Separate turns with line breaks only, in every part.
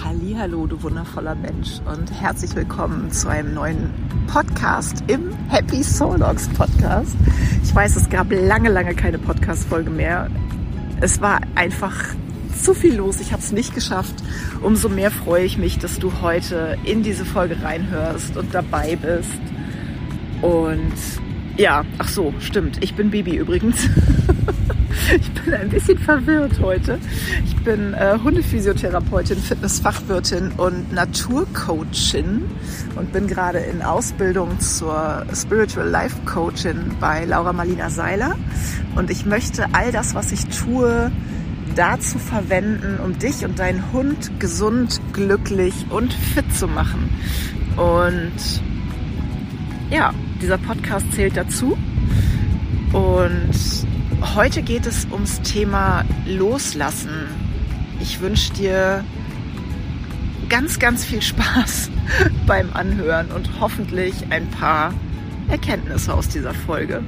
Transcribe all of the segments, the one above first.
Hallihallo, du wundervoller Mensch und herzlich willkommen zu einem neuen Podcast im Happy Souldogs Podcast. Ich weiß, es gab lange keine Podcast-Folge mehr. Es war einfach zu viel los, ich habe es nicht geschafft. Umso mehr freue ich mich, dass du heute in diese Folge reinhörst und dabei bist. Und ja, ach so, stimmt, ich bin Bibi übrigens. Ich bin ein bisschen verwirrt heute. Ich bin Hundephysiotherapeutin, Fitnessfachwirtin und Naturcoachin und bin gerade in Ausbildung zur Spiritual Life Coachin bei Laura Marlina Seiler. Und ich möchte all das, was ich tue, dazu verwenden, um dich und deinen Hund gesund, glücklich und fit zu machen. Und ja, dieser Podcast zählt dazu. Und heute geht es ums Thema Loslassen. Ich wünsche dir ganz viel Spaß beim Anhören und hoffentlich ein paar Erkenntnisse aus dieser Folge.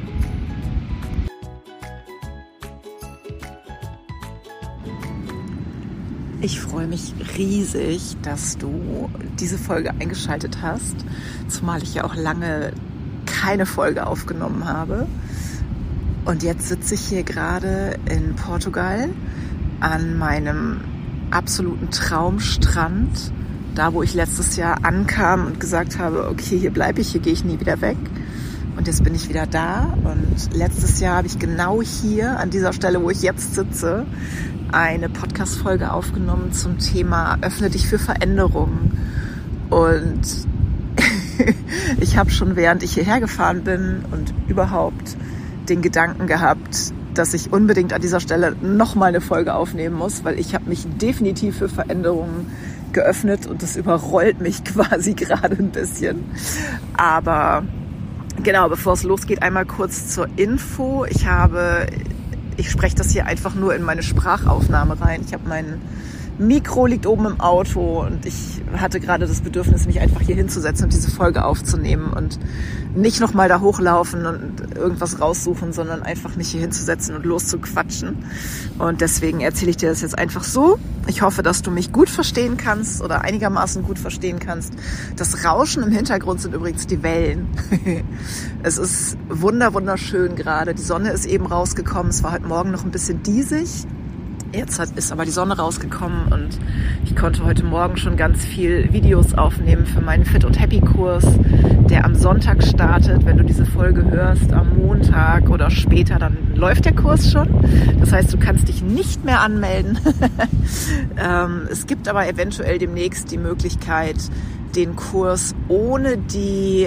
Ich freue mich riesig, dass du diese Folge eingeschaltet hast, zumal ich ja auch lange keine Folge aufgenommen habe. Und jetzt sitze ich hier gerade in Portugal an meinem absoluten Traumstrand, da wo ich letztes Jahr ankam und gesagt habe, okay, hier bleibe ich, hier gehe ich nie wieder weg. Und jetzt bin ich wieder da und letztes Jahr habe ich genau hier an dieser Stelle, wo ich jetzt sitze, eine Podcast-Folge aufgenommen zum Thema Öffne dich für Veränderungen. Und ich habe schon, während ich hierher gefahren bin und überhaupt den Gedanken gehabt, dass ich unbedingt an dieser Stelle nochmal eine Folge aufnehmen muss, weil ich habe mich definitiv für Veränderungen geöffnet und das überrollt mich quasi gerade ein bisschen. Aber genau, bevor es losgeht, einmal kurz zur Info. Ich spreche das hier einfach nur in meine Sprachaufnahme rein. Ich habe mein Mikro liegt oben im Auto und ich hatte gerade das Bedürfnis, mich einfach hier hinzusetzen und diese Folge aufzunehmen und nicht nochmal da hochlaufen und irgendwas raussuchen, sondern einfach mich hier hinzusetzen und loszuquatschen. Und deswegen erzähle ich dir das jetzt einfach so. Ich hoffe, dass du mich gut verstehen kannst oder einigermaßen gut verstehen kannst. Das Rauschen im Hintergrund sind übrigens die Wellen. Es ist wunderschön gerade. Die Sonne ist eben rausgekommen. Es war heute Morgen noch ein bisschen diesig. Jetzt ist aber die Sonne rausgekommen und ich konnte heute Morgen schon ganz viel Videos aufnehmen für meinen Fit und Happy Kurs, der am Sonntag startet. Wenn du diese Folge hörst, am Montag oder später, dann läuft der Kurs schon. Das heißt, du kannst dich nicht mehr anmelden. Es gibt aber eventuell demnächst die Möglichkeit, den Kurs ohne die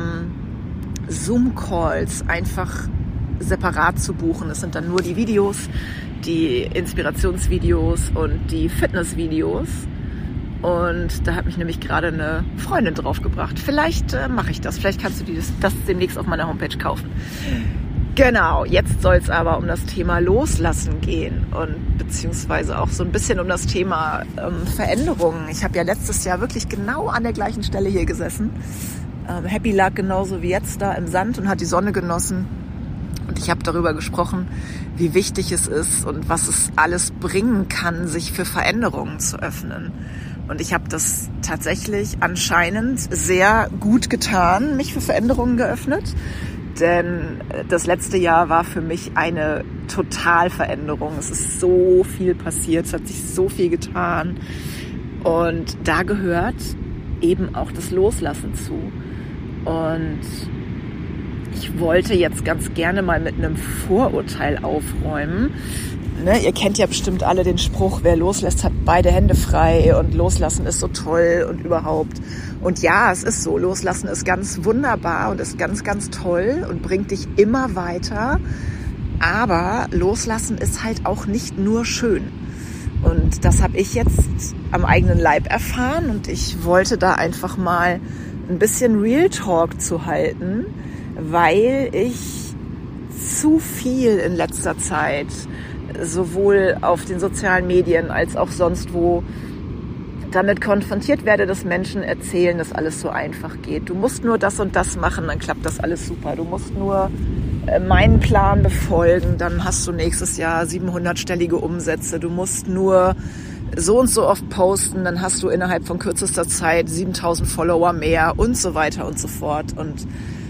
Zoom-Calls einfach separat zu buchen. Es sind dann nur die Videos, die Inspirationsvideos und die Fitnessvideos. Und da hat mich nämlich gerade eine Freundin draufgebracht. Vielleicht mache ich das. Vielleicht kannst du das demnächst auf meiner Homepage kaufen. Genau, jetzt soll es aber um das Thema Loslassen gehen und beziehungsweise auch so ein bisschen um das Thema Veränderungen. Ich habe ja letztes Jahr wirklich genau an der gleichen Stelle hier gesessen. Happy lag genauso wie jetzt da im Sand und hat die Sonne genossen. Und ich habe darüber gesprochen, wie wichtig es ist und was es alles bringen kann, sich für Veränderungen zu öffnen. Und ich habe das tatsächlich anscheinend sehr gut getan, mich für Veränderungen geöffnet. Denn das letzte Jahr war für mich eine Totalveränderung. Es ist so viel passiert, es hat sich so viel getan. Und da gehört eben auch das Loslassen zu. Und ich wollte jetzt ganz gerne mal mit einem Vorurteil aufräumen. Ne, ihr kennt ja bestimmt alle den Spruch, wer loslässt, hat beide Hände frei und loslassen ist so toll und überhaupt. Und ja, es ist so, loslassen ist ganz wunderbar und ist ganz toll und bringt dich immer weiter. Aber loslassen ist halt auch nicht nur schön. Und das habe ich jetzt am eigenen Leib erfahren und ich wollte da einfach mal ein bisschen Real Talk zu halten, weil ich zu viel in letzter Zeit sowohl auf den sozialen Medien als auch sonst wo damit konfrontiert werde, dass Menschen erzählen, dass alles so einfach geht. Du musst nur das und das machen, dann klappt das alles super. Du musst nur meinen Plan befolgen, dann hast du nächstes Jahr 700-stellige Umsätze. Du musst nur so und so oft posten, dann hast du innerhalb von kürzester Zeit 7.000 Follower mehr und so weiter und so fort. Und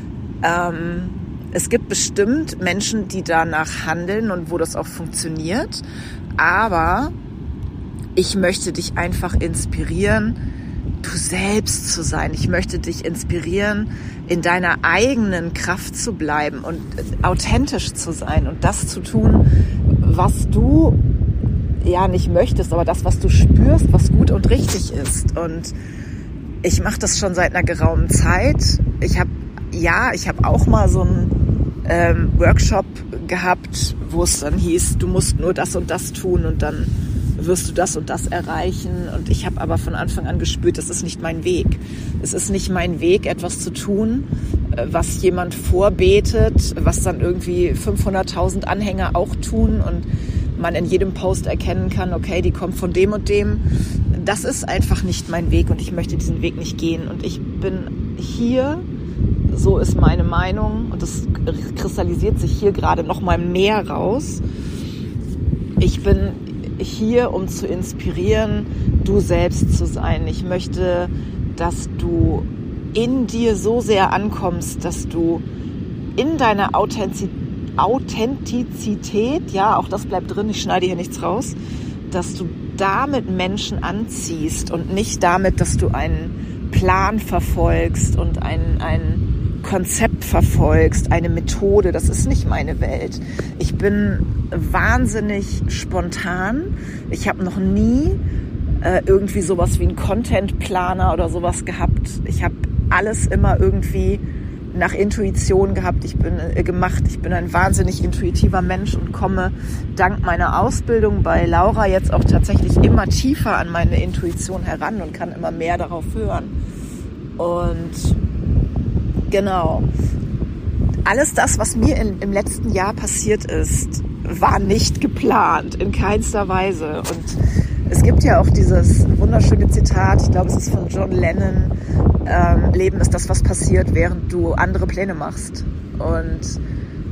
es gibt bestimmt Menschen, die danach handeln und wo das auch funktioniert. Aber ich möchte dich einfach inspirieren, du selbst zu sein. Ich möchte dich inspirieren, in deiner eigenen Kraft zu bleiben und authentisch zu sein und das zu tun, was du ja nicht möchtest, aber das, was du spürst, was gut und richtig ist. Und ich mache das schon seit einer geraumen Zeit. Ich habe auch mal so einen Workshop gehabt, wo es dann hieß, du musst nur das und das tun und dann wirst du das und das erreichen. Und ich habe aber von Anfang an gespürt, das ist nicht mein Weg. Es ist nicht mein Weg, etwas zu tun, was jemand vorbetet, was dann irgendwie 500.000 Anhänger auch tun und man in jedem Post erkennen kann, okay, die kommt von dem und dem. Das ist einfach nicht mein Weg und ich möchte diesen Weg nicht gehen. Und ich bin hier, so ist meine Meinung, und das kristallisiert sich hier gerade noch mal mehr raus. Ich bin hier, um zu inspirieren, du selbst zu sein. Ich möchte, dass du in dir so sehr ankommst, dass du in deiner Authentizität, ja, auch das bleibt drin, ich schneide hier nichts raus, dass du damit Menschen anziehst und nicht damit, dass du einen Plan verfolgst und ein Konzept verfolgst, eine Methode. Das ist nicht meine Welt. Ich bin wahnsinnig spontan. Ich habe noch nie irgendwie sowas wie einen Content-Planer oder sowas gehabt. Ich habe alles immer irgendwie nach Intuition gehabt. Ich bin ein wahnsinnig intuitiver Mensch und komme dank meiner Ausbildung bei Laura jetzt auch tatsächlich immer tiefer an meine Intuition heran und kann immer mehr darauf hören. Und genau, alles das, was mir im letzten Jahr passiert ist, war nicht geplant, in keinster Weise. Und es gibt ja auch dieses wunderschöne Zitat, ich glaube, es ist von John Lennon, Leben ist das, was passiert, während du andere Pläne machst. Und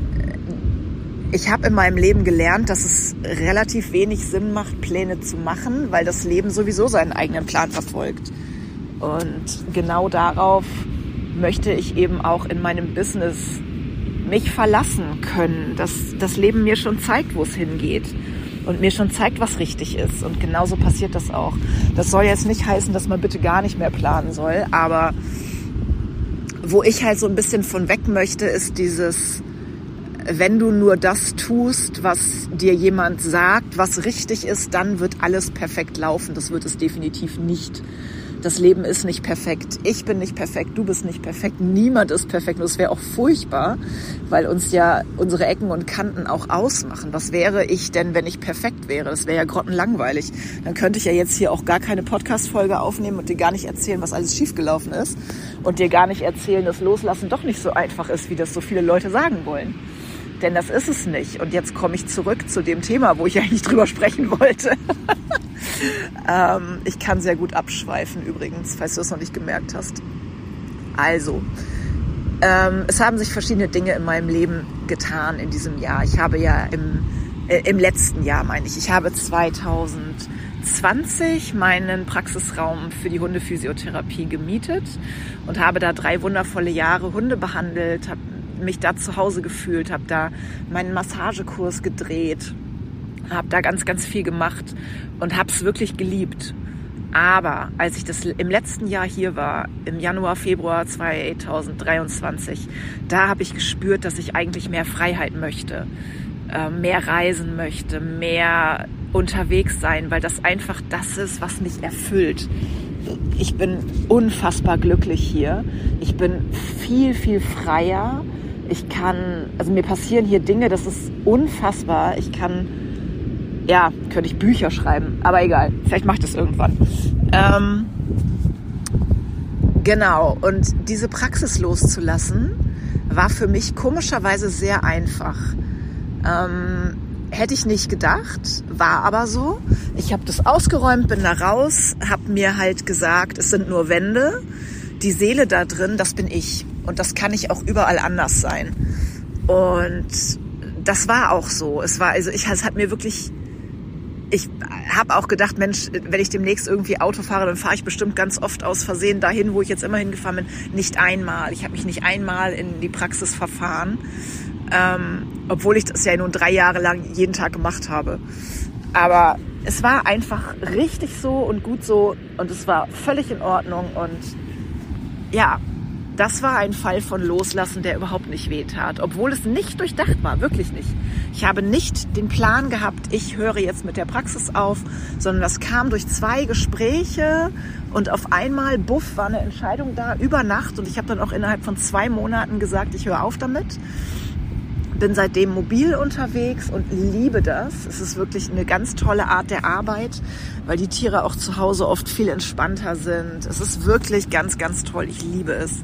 ich habe in meinem Leben gelernt, dass es relativ wenig Sinn macht, Pläne zu machen, weil das Leben sowieso seinen eigenen Plan verfolgt. Und genau darauf möchte ich eben auch in meinem Business mich verlassen können, dass das Leben mir schon zeigt, wo es hingeht und mir schon zeigt, was richtig ist. Und genauso passiert das auch. Das soll jetzt nicht heißen, dass man bitte gar nicht mehr planen soll, aber wo ich halt so ein bisschen von weg möchte, ist dieses, wenn du nur das tust, was dir jemand sagt, was richtig ist, dann wird alles perfekt laufen. Das wird es definitiv nicht. Das Leben ist nicht perfekt. Ich bin nicht perfekt, du bist nicht perfekt, niemand ist perfekt. Und das wäre auch furchtbar, weil uns ja unsere Ecken und Kanten auch ausmachen. Was wäre ich denn, wenn ich perfekt wäre? Das wäre ja grottenlangweilig. Dann könnte ich ja jetzt hier auch gar keine Podcast-Folge aufnehmen und dir gar nicht erzählen, was alles schiefgelaufen ist. Und dir gar nicht erzählen, dass Loslassen doch nicht so einfach ist, wie das so viele Leute sagen wollen. Denn das ist es nicht. Und jetzt komme ich zurück zu dem Thema, wo ich eigentlich drüber sprechen wollte. Ich kann sehr gut abschweifen übrigens, falls du es noch nicht gemerkt hast. Also, es haben sich verschiedene Dinge in meinem Leben getan in diesem Jahr. Ich habe ja im letzten Jahr, ich habe 2020 meinen Praxisraum für die Hundephysiotherapie gemietet und habe da 3 wundervolle Jahre Hunde behandelt, habe mich da zu Hause gefühlt, habe da meinen Massagekurs gedreht, habe da ganz, ganz viel gemacht und habe es wirklich geliebt. Aber als ich das im letzten Jahr hier war, im Januar, Februar 2023, da habe ich gespürt, dass ich eigentlich mehr Freiheit möchte, mehr reisen möchte, mehr unterwegs sein, weil das einfach das ist, was mich erfüllt. Ich bin unfassbar glücklich hier. Ich bin viel, viel freier. Mir passieren hier Dinge, das ist unfassbar. Könnte ich Bücher schreiben, aber egal, vielleicht mache ich das irgendwann. Genau, und diese Praxis loszulassen, war für mich komischerweise sehr einfach. Hätte ich nicht gedacht, war aber so. Ich habe das ausgeräumt, bin da raus, habe mir halt gesagt, es sind nur Wände, die Seele da drin, das bin ich. Und das kann ich auch überall anders sein. Und das war auch so. Es hat mir wirklich ich habe auch gedacht, Mensch, wenn ich demnächst irgendwie Auto fahre, dann fahre ich bestimmt ganz oft aus Versehen dahin, wo ich jetzt immer hingefahren bin. Nicht einmal. Ich habe mich nicht einmal in die Praxis verfahren, obwohl ich das ja nun 3 Jahre lang jeden Tag gemacht habe. Aber es war einfach richtig so und gut so und es war völlig in Ordnung. Und ja, das war ein Fall von Loslassen, der überhaupt nicht wehtat, obwohl es nicht durchdacht war, wirklich nicht. Ich habe nicht den Plan gehabt, ich höre jetzt mit der Praxis auf, sondern das kam durch 2 Gespräche und auf einmal, buff, war eine Entscheidung da über Nacht und ich habe dann auch innerhalb von 2 Monaten gesagt, ich höre auf damit. Bin seitdem mobil unterwegs und liebe das. Es ist wirklich eine ganz tolle Art der Arbeit, weil die Tiere auch zu Hause oft viel entspannter sind. Es ist wirklich ganz, ganz toll. Ich liebe es.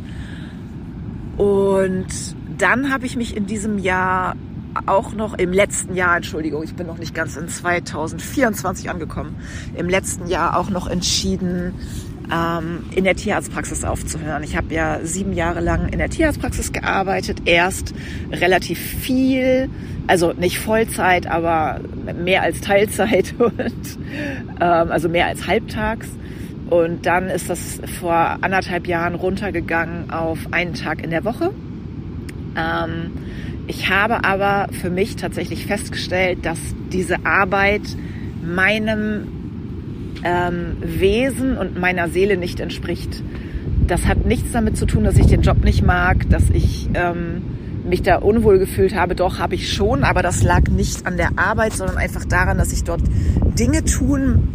Und dann habe ich mich in diesem Jahr auch noch, im letzten Jahr, Entschuldigung, ich bin noch nicht ganz in 2024 angekommen, im letzten Jahr auch noch entschieden, in der Tierarztpraxis aufzuhören. Ich habe ja 7 Jahre lang in der Tierarztpraxis gearbeitet, erst relativ viel, also nicht Vollzeit, aber mehr als Teilzeit und also mehr als halbtags. Und dann ist das vor 1,5 Jahren runtergegangen auf 1 Tag in der Woche. Ich habe aber für mich tatsächlich festgestellt, dass diese Arbeit meinem Wesen und meiner Seele nicht entspricht. Das hat nichts damit zu tun, dass ich den Job nicht mag, dass ich mich da unwohl gefühlt habe. Doch, habe ich schon, aber das lag nicht an der Arbeit, sondern einfach daran, dass ich dort Dinge tun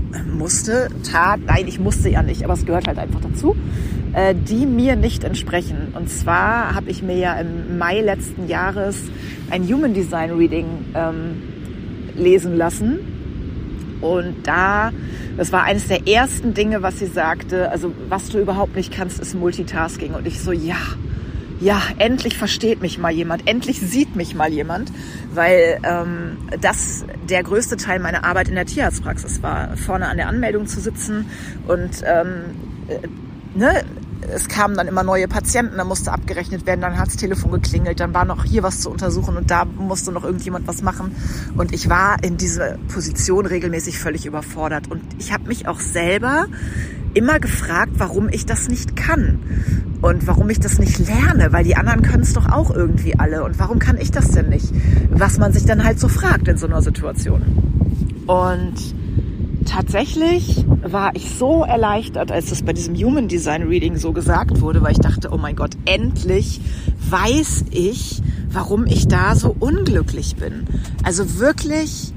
nein, ich musste ja nicht, aber es gehört halt einfach dazu, die mir nicht entsprechen. Und zwar habe ich mir ja im Mai letzten Jahres ein Human Design Reading lesen lassen. Und das war eines der ersten Dinge, was sie sagte, also was du überhaupt nicht kannst, ist Multitasking. Und ich so, ja, endlich versteht mich mal jemand, endlich sieht mich mal jemand, weil das der größte Teil meiner Arbeit in der Tierarztpraxis war, vorne an der Anmeldung zu sitzen und es kamen dann immer neue Patienten, da musste abgerechnet werden, dann hat das Telefon geklingelt, dann war noch hier was zu untersuchen und da musste noch irgendjemand was machen. Und ich war in dieser Position regelmäßig völlig überfordert. Und ich habe mich auch selber immer gefragt, warum ich das nicht kann und warum ich das nicht lerne, weil die anderen können es doch auch irgendwie alle. Und warum kann ich das denn nicht? Was man sich dann halt so fragt in so einer Situation. Und tatsächlich war ich so erleichtert, als das bei diesem Human Design Reading so gesagt wurde, weil ich dachte, oh mein Gott, endlich weiß ich, warum ich da so unglücklich bin. Also wirklich,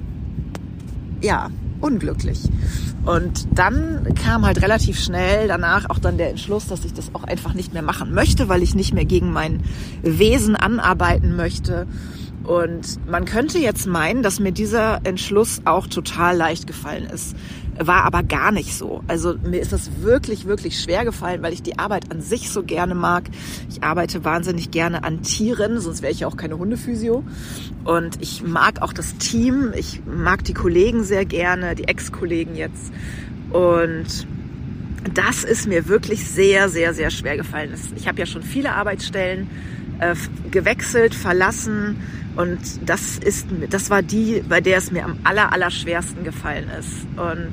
ja, unglücklich. Und dann kam halt relativ schnell danach auch dann der Entschluss, dass ich das auch einfach nicht mehr machen möchte, weil ich nicht mehr gegen mein Wesen anarbeiten möchte. Und man könnte jetzt meinen, dass mir dieser Entschluss auch total leicht gefallen ist. War aber gar nicht so. Also mir ist das wirklich, wirklich schwer gefallen, weil ich die Arbeit an sich so gerne mag. Ich arbeite wahnsinnig gerne an Tieren, sonst wäre ich ja auch keine Hundephysio. Und ich mag auch das Team. Ich mag die Kollegen sehr gerne, die Ex-Kollegen jetzt. Und das ist mir wirklich sehr, sehr, sehr schwer gefallen. Ich habe ja schon viele Arbeitsstellen gewechselt, verlassen. Und das war die, bei der es mir am allerschwersten gefallen ist. Und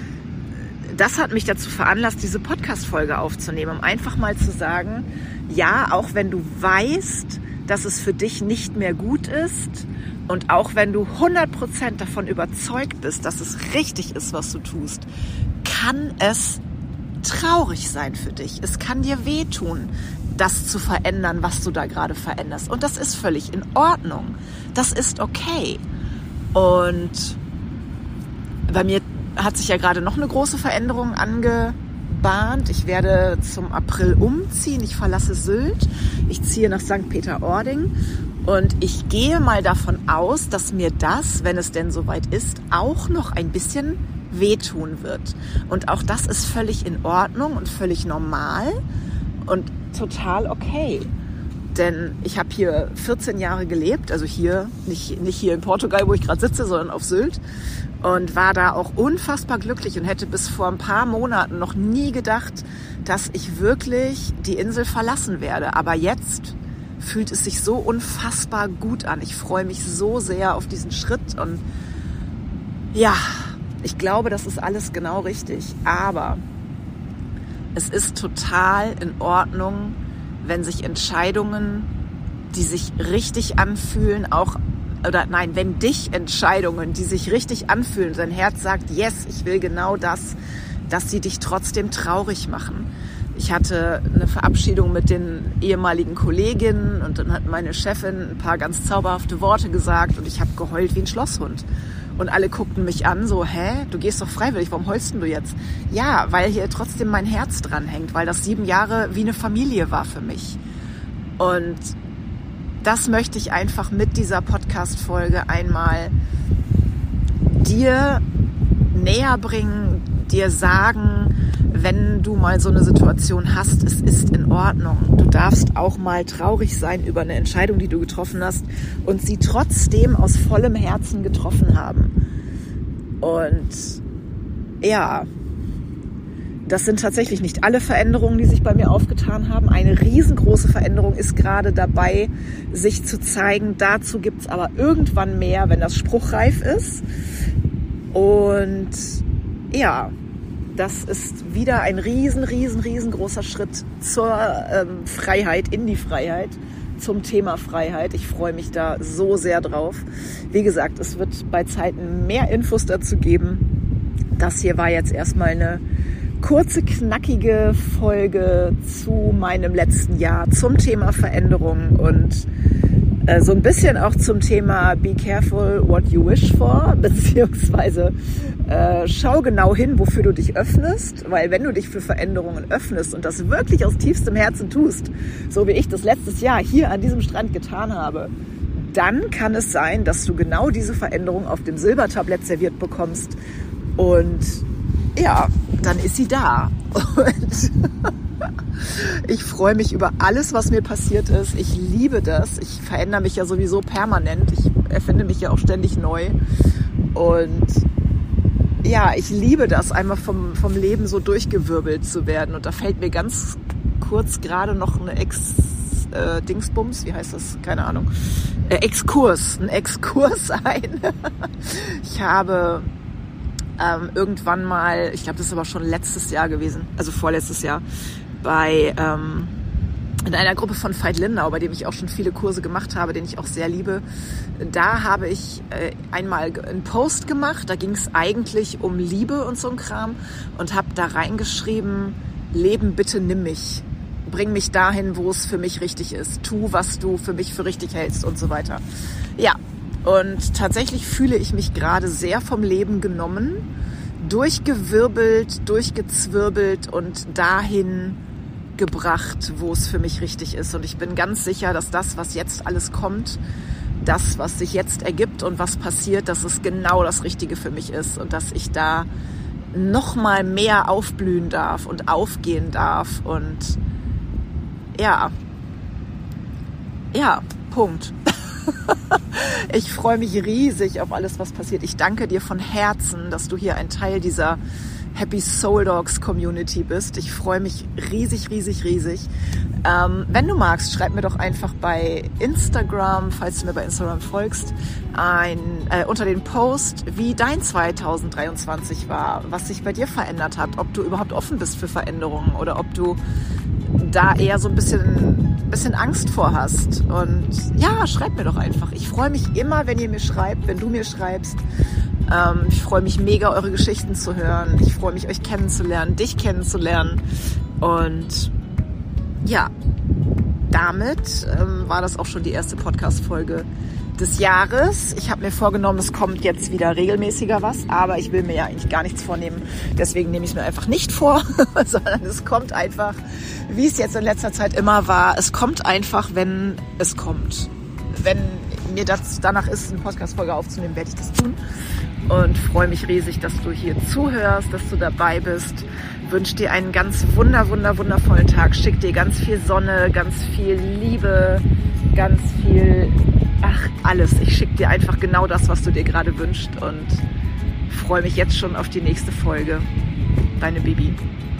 das hat mich dazu veranlasst, diese Podcast-Folge aufzunehmen, um einfach mal zu sagen, ja, auch wenn du weißt, dass es für dich nicht mehr gut ist und auch wenn du 100% davon überzeugt bist, dass es richtig ist, was du tust, kann es traurig sein für dich. Es kann dir wehtun, das zu verändern, was du da gerade veränderst. Und das ist völlig in Ordnung. Das ist okay. Und bei mir hat sich ja gerade noch eine große Veränderung angebahnt. Ich werde zum April umziehen. Ich verlasse Sylt. Ich ziehe nach St. Peter-Ording. Und ich gehe mal davon aus, dass mir das, wenn es denn soweit ist, auch noch ein bisschen wehtun wird. Und auch das ist völlig in Ordnung und völlig normal und total okay. Denn ich habe hier 14 Jahre gelebt, also hier, nicht hier in Portugal, wo ich gerade sitze, sondern auf Sylt und war da auch unfassbar glücklich und hätte bis vor ein paar Monaten noch nie gedacht, dass ich wirklich die Insel verlassen werde. Aber jetzt fühlt es sich so unfassbar gut an. Ich freue mich so sehr auf diesen Schritt und Ja, ich glaube, das ist alles genau richtig. Aber es ist total in Ordnung, wenn sich Entscheidungen, die sich richtig anfühlen, wenn dich Entscheidungen, die sich richtig anfühlen, dein Herz sagt, yes, ich will genau das, dass sie dich trotzdem traurig machen. Ich hatte eine Verabschiedung mit den ehemaligen Kolleginnen und dann hat meine Chefin ein paar ganz zauberhafte Worte gesagt und ich habe geheult wie ein Schlosshund. Und alle guckten mich an, so, du gehst doch freiwillig, warum heulst du jetzt? Ja, weil hier trotzdem mein Herz dran hängt, weil das 7 Jahre wie eine Familie war für mich. Und das möchte ich einfach mit dieser Podcast-Folge einmal dir näher bringen, dir sagen, wenn du mal so eine Situation hast, es ist in Ordnung. Du darfst auch mal traurig sein über eine Entscheidung, die du getroffen hast und sie trotzdem aus vollem Herzen getroffen haben. Und ja, das sind tatsächlich nicht alle Veränderungen, die sich bei mir aufgetan haben. Eine riesengroße Veränderung ist gerade dabei, sich zu zeigen. Dazu gibt es aber irgendwann mehr, wenn das spruchreif ist. Und ja, das ist wieder ein riesengroßer Schritt zur Freiheit, in die Freiheit, zum Thema Freiheit. Ich freue mich da so sehr drauf. Wie gesagt, es wird bei Zeiten mehr Infos dazu geben. Das hier war jetzt erstmal eine kurze, knackige Folge zu meinem letzten Jahr, zum Thema Veränderung und so ein bisschen auch zum Thema Be careful what you wish for, beziehungsweise schau genau hin, wofür du dich öffnest, weil wenn du dich für Veränderungen öffnest und das wirklich aus tiefstem Herzen tust, so wie ich das letztes Jahr hier an diesem Strand getan habe, dann kann es sein, dass du genau diese Veränderung auf dem Silbertablett serviert bekommst und ja, dann ist sie da. Und ich freue mich über alles, was mir passiert ist. Ich liebe das. Ich verändere mich ja sowieso permanent. Ich erfinde mich ja auch ständig neu. Und ja, ich liebe das, einmal vom Leben so durchgewirbelt zu werden. Und da fällt mir ganz kurz gerade noch eine Dingsbums, wie heißt das? Keine Ahnung. Ein Exkurs ein. Ich habe irgendwann mal, ich glaube, das ist aber schon letztes Jahr gewesen, also vorletztes Jahr, in einer Gruppe von Veit Lindau, bei dem ich auch schon viele Kurse gemacht habe, den ich auch sehr liebe. Da habe ich einmal einen Post gemacht, da ging es eigentlich um Liebe und so ein Kram und habe da reingeschrieben, Leben, bitte nimm mich. Bring mich dahin, wo es für mich richtig ist. Tu, was du für mich für richtig hältst und so weiter. Ja, und tatsächlich fühle ich mich gerade sehr vom Leben genommen, durchgewirbelt, durchgezwirbelt und dahin gebracht, wo es für mich richtig ist. Und ich bin ganz sicher, dass das, was jetzt alles kommt, das, was sich jetzt ergibt und was passiert, dass es genau das Richtige für mich ist und dass ich da noch mal mehr aufblühen darf und aufgehen darf. Und ja, Punkt. Ich freue mich riesig auf alles, was passiert. Ich danke dir von Herzen, dass du hier ein Teil dieser Happy Soul Dogs Community bist. Ich freue mich riesig. Wenn du magst, schreib mir doch einfach bei Instagram, falls du mir bei Instagram folgst, unter den Post, wie dein 2023 war, was sich bei dir verändert hat, ob du überhaupt offen bist für Veränderungen oder ob du da eher so ein bisschen Angst vor hast. Und ja, schreib mir doch einfach. Ich freue mich immer, wenn ihr mir schreibt, wenn du mir schreibst. Ich freue mich mega, eure Geschichten zu hören. Ich freue mich, euch kennenzulernen, dich kennenzulernen. Und ja, damit war das auch schon die erste Podcast-Folge des Jahres. Ich habe mir vorgenommen, es kommt jetzt wieder regelmäßiger was, aber ich will mir ja eigentlich gar nichts vornehmen. Deswegen nehme ich es mir einfach nicht vor, sondern es kommt einfach, wie es jetzt in letzter Zeit immer war, es kommt einfach, wenn es kommt. Wenn mir das danach ist, eine Podcast-Folge aufzunehmen, werde ich das tun. Und freue mich riesig, dass du hier zuhörst, dass du dabei bist. Wünsche dir einen ganz wundervollen Tag. Schick dir ganz viel Sonne, ganz viel Liebe, ganz viel, alles. Ich schicke dir einfach genau das, was du dir gerade wünschst und freue mich jetzt schon auf die nächste Folge. Deine Bibi.